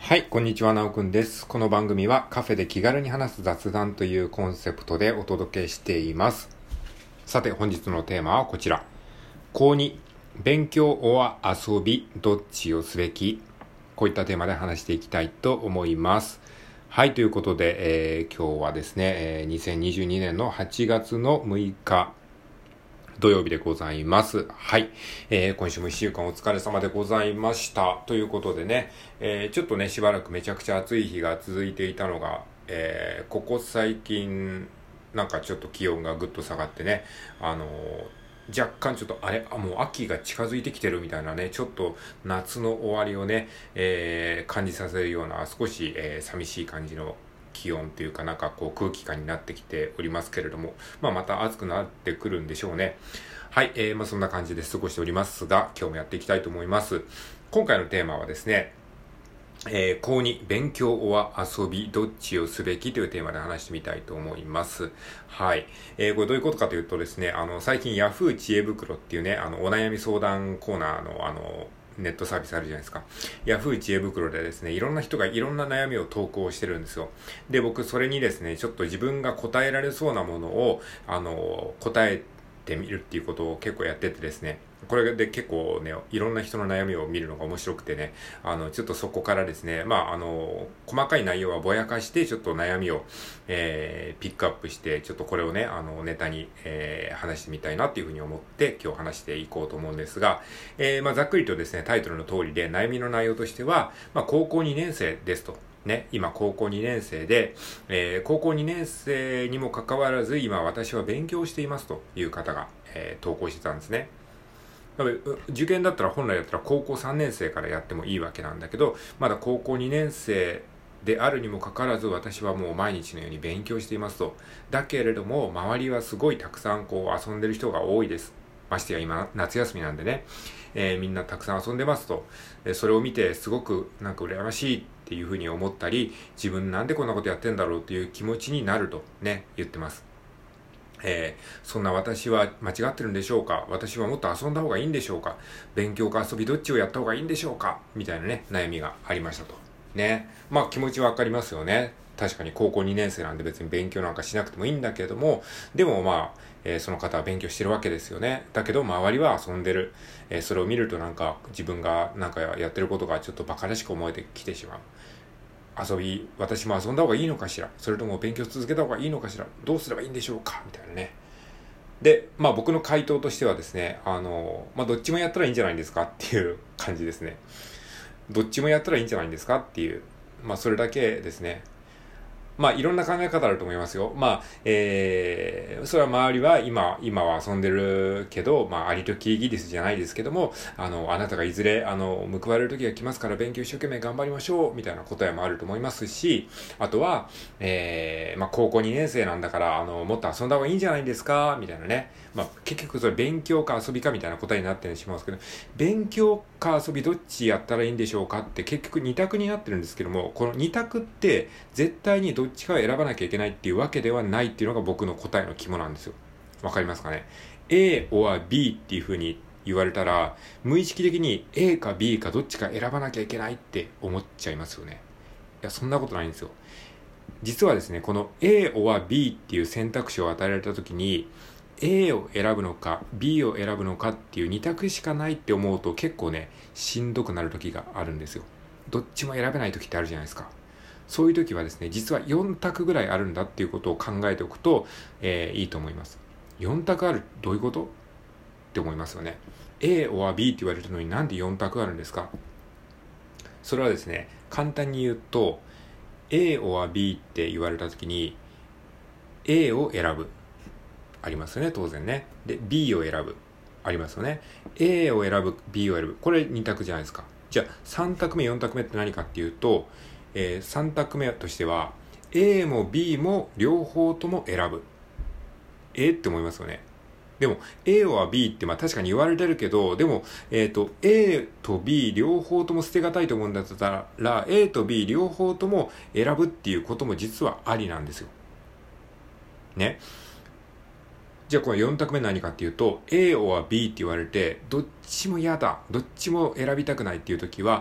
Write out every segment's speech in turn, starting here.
はい、こんにちは、なおくんです。この番組はカフェで気軽に話す雑談というコンセプトでお届けしています。さて、本日のテーマはこちら。高2、勉強は遊び、どっちをすべき？こういったテーマで話していきたいと思います。はい、ということで、今日はですね、2022年の8月の6日、土曜日でございます。はい。今週も1週間お疲れ様でございました。ということでね、ちょっとね、しばらくめちゃくちゃ暑い日が続いていたのが、ここ最近、なんかちょっと気温がぐっと下がってね、若干ちょっともう秋が近づいてきてるみたいなね、ちょっと夏の終わりをね、感じさせるような少し、寂しい感じの気温というかなんかこう空気感になってきておりますけれども、また暑くなってくるんでしょうね。はい、そんな感じで過ごしておりますが、今日もやっていきたいと思います。今回のテーマはですね、高2、勉強は遊び、どっちをすべきというテーマで話してみたいと思います。はい。これどういうことかというとですね、最近 Yahoo 知恵袋っていうね、お悩み相談コーナーのネットサービスあるじゃないですか。Yahoo 知恵袋でですね、いろんな人がいろんな悩みを投稿してるんですよ。で、僕それにですね、ちょっと自分が答えられそうなものを、答えてみるっていうことを結構やっててですね、これで結構ね、いろんな人の悩みを見るのが面白くてね、ちょっとそこからですね、細かい内容はぼやかして、ちょっと悩みを、ピックアップして、ちょっとこれをね、ネタに、話してみたいなっていうふうに思って、今日話していこうと思うんですが、ざっくりとですね、タイトルの通りで、悩みの内容としては、高校2年生ですと。ね、今高校2年生で、高校2年生にもかかわらず、今私は勉強していますという方が、投稿してたんですね。受験だったら本来だったら高校3年生からやってもいいわけなんだけど、まだ高校2年生であるにもかかわらず私はもう毎日のように勉強していますと。だけれども周りはすごいたくさんこう遊んでる人が多いです。ましてや今夏休みなんでね、みんなたくさん遊んでますと。それを見てすごくなんか羨ましいっていうふうに思ったり、自分なんでこんなことやってんだろうという気持ちになるとね、言ってます。そんな私は間違ってるんでしょうか？私はもっと遊んだ方がいいんでしょうか？勉強か遊びどっちをやった方がいいんでしょうか？みたいなね、悩みがありましたと。ね。気持ちわかりますよね。確かに高校2年生なんで別に勉強なんかしなくてもいいんだけれども、でもその方は勉強してるわけですよね。だけど周りは遊んでる。それを見るとなんか自分がなんかやってることがちょっと馬鹿らしく思えてきてしまう。私も遊んだ方がいいのかしら、それとも勉強続けた方がいいのかしら、どうすればいいんでしょうかみたいなね。で、僕の回答としてはですね、どっちもやったらいいんじゃないですかっていう感じですね。どっちもやったらいいんじゃないんですかっていう、それだけですね。いろんな考え方あると思いますよ。それは周りは今は遊んでるけど、ありとキリギリスじゃないですけども、あなたがいずれ、報われる時が来ますから勉強一生懸命頑張りましょう、みたいな答えもあると思いますし、あとは、高校2年生なんだから、もっと遊んだ方がいいんじゃないですか、みたいなね。結局それ勉強か遊びかみたいな答えになってしまうんですけど、勉強か遊びどっちやったらいいんでしょうかって結局二択になってるんですけども、この二択って絶対にどっちかを選ばなきゃいけないっていうわけではないっていうのが僕の答えの肝なんですよ。わかりますかね？ A or B っていう風に言われたら、無意識的に A か B かどっちか選ばなきゃいけないって思っちゃいますよね。いや、そんなことないんですよ。実はですね、この A or B っていう選択肢を与えられた時に、A を選ぶのか B を選ぶのかっていう二択しかないって思うと結構ね、しんどくなる時があるんですよ。どっちも選べない時ってあるじゃないですか。そういう時はですね、実は4択ぐらいあるんだっていうことを考えておくと、いいと思います。4択ある、どういうことって思いますよね。A or B って言われるのになんで4択あるんですか？それはですね、簡単に言うと、A or B って言われた時に A を選ぶありますよね、当然ね。で B を選ぶありますよね。 A を選ぶ B を選ぶ、これ2択じゃないですか。じゃあ3択目4択目って何かっていうと、3択目としては A も B も両方とも選ぶ。って思いますよね。でも A は B って確かに言われてるけど、でも、A と B 両方とも捨てがたいと思うんだったら A と B 両方とも選ぶっていうことも実はありなんですよね。じゃあこの4択目何かっていうと A or B って言われてどっちも嫌だ、どっちも選びたくないっていう時は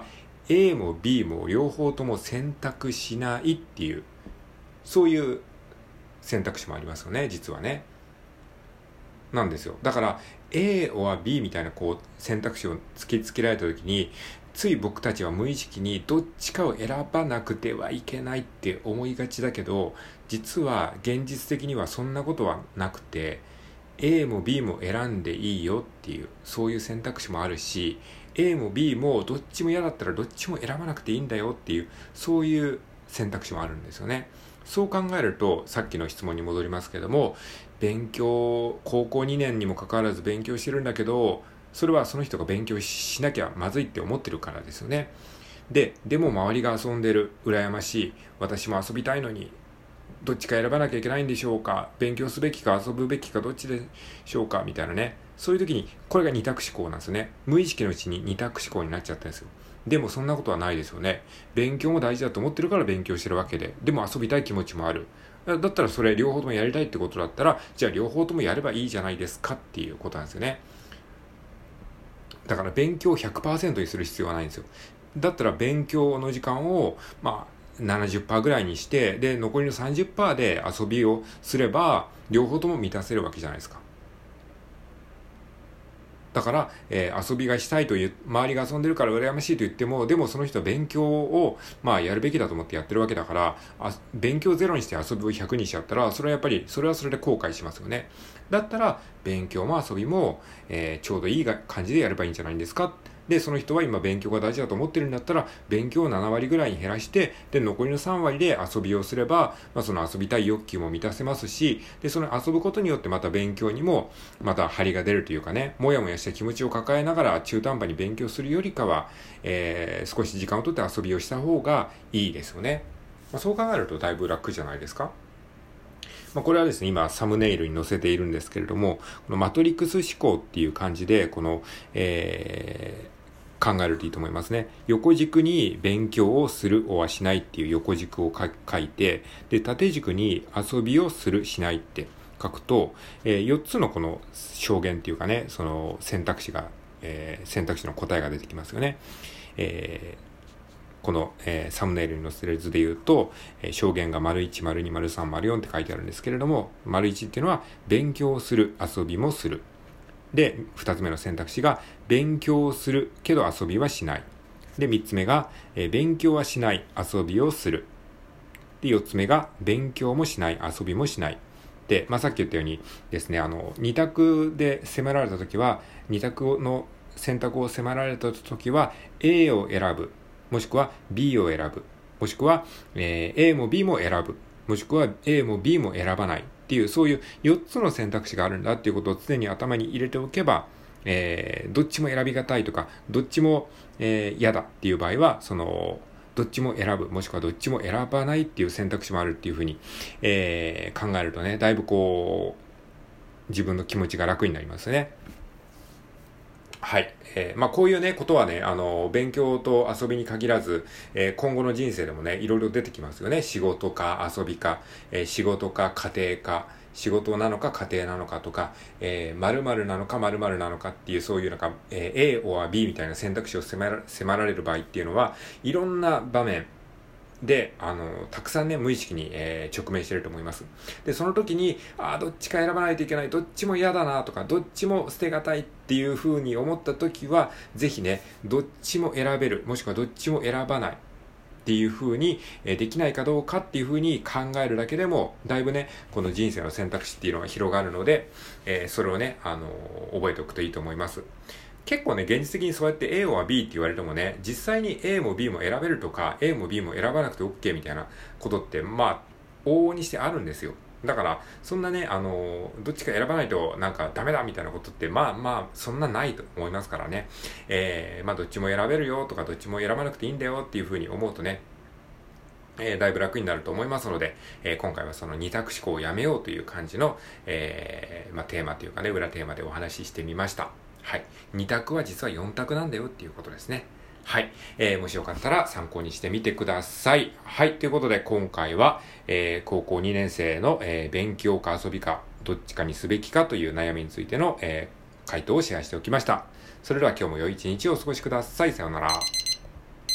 A も B も両方とも選択しないっていう、そういう選択肢もありますよね、実はね。なんですよ。だから A or B みたいな選択肢を突きつけられた時に、つい僕たちは無意識にどっちかを選ばなくてはいけないって思いがちだけど、実は現実的にはそんなことはなくて、A も B も選んでいいよっていう、そういう選択肢もあるし、A も B もどっちも嫌だったらどっちも選ばなくていいんだよっていう、そういう選択肢もあるんですよね。そう考えると、さっきの質問に戻りますけども、高校2年にもかかわらず勉強してるんだけど、それはその人が勉強しなきゃまずいって思ってるからですよね。でも周りが遊んでる、羨ましい、私も遊びたいのに、どっちか選ばなきゃいけないんでしょうか、勉強すべきか遊ぶべきかどっちでしょうかみたいなね。そういう時に、これが二択思考なんですよね。無意識のうちに二択思考になっちゃったんですよ。でもそんなことはないですよね。勉強も大事だと思ってるから勉強してるわけで、でも遊びたい気持ちもある。だったらそれ両方ともやりたいってことだったら、じゃあ両方ともやればいいじゃないですかっていうことなんですよね。だから勉強を 100% にする必要はないんですよ。だったら勉強の時間を、70% ぐらいにして、で、残りの 30% で遊びをすれば、両方とも満たせるわけじゃないですか。だから、遊びがしたいという、周りが遊んでるから羨ましいと言っても、でもその人は勉強を、やるべきだと思ってやってるわけだから、勉強ゼロにして遊びを100にしちゃったら、それはやっぱり、それはそれで後悔しますよね。だったら、勉強も遊びも、ちょうどいい感じでやればいいんじゃないんですか。で、その人は今勉強が大事だと思ってるんだったら、勉強を7割ぐらいに減らして、で、残りの3割で遊びをすれば、その遊びたい欲求も満たせますし、で、その遊ぶことによってまた勉強にも、また張りが出るというかね、もやもやした気持ちを抱えながら中途半端に勉強するよりかは、少し時間をとって遊びをした方がいいですよね。そう考えるとだいぶ楽じゃないですか。これはですね、今サムネイルに載せているんですけれども、このマトリックス思考っていう感じで、考えるといいと思いますね。横軸に勉強をするをはしないっていう横軸を書いて、で、縦軸に遊びをするしないって書くと、4つのこの証言っていうかね、その選択肢の答えが出てきますよね。この、サムネイルに載せてる図で言うと、証言が丸1、丸2、丸3、丸4って書いてあるんですけれども、丸1っていうのは勉強をする、遊びもする。で、2つ目の選択肢が勉強をするけど遊びはしない。で、3つ目が、勉強はしない、遊びをする。で、4つ目が勉強もしない、遊びもしない。で、さっき言ったようにですね、2択で迫られたときは、2択の選択を迫られたときは A を選ぶ。もしくは B を選ぶ。もしくは、A も B も選ぶ。もしくは A も B も選ばないっていう、そういう4つの選択肢があるんだっていうことを常に頭に入れておけば、どっちも選びがたいとか、どっちも嫌だっていう場合は、どっちも選ぶ、もしくはどっちも選ばないっていう選択肢もあるっていうふうに、考えるとね、だいぶ自分の気持ちが楽になりますね。はい。こういうね、ことはね、勉強と遊びに限らず、今後の人生でもね、いろいろ出てきますよね。仕事か遊びか、仕事か家庭か、仕事なのか家庭なのかとか、〇〇なのか〇〇なのかっていう、そういうA or B みたいな選択肢を迫られる場合っていうのは、いろんな場面、で、たくさんね、無意識に、直面していると思います。で、その時に、どっちか選ばないといけない、どっちも嫌だなとか、どっちも捨てがたいっていう風に思った時は、ぜひね、どっちも選べる、もしくはどっちも選ばないっていう風に、できないかどうかっていう風に考えるだけでも、だいぶね、この人生の選択肢っていうのが広がるので、それをね、覚えておくといいと思います。結構ね、現実的にそうやって A は B って言われてもね、実際に A も B も選べるとか、A も B も選ばなくて OK みたいなことって、往々にしてあるんですよ。だから、そんなね、どっちか選ばないとなんかダメだみたいなことって、そんなないと思いますからね。どっちも選べるよとか、どっちも選ばなくていいんだよっていうふうに思うとね、だいぶ楽になると思いますので、今回はその二択思考をやめようという感じの、テーマというかね、裏テーマでお話ししてみました。はい。2択は実は4択なんだよっていうことですね。はい。もしよかったら参考にしてみてください。はい。ということで今回は、高校2年生の、勉強か遊びかどっちかにすべきかという悩みについての、回答をシェアしておきました。それでは今日も良い一日をお過ごしください。さようなら。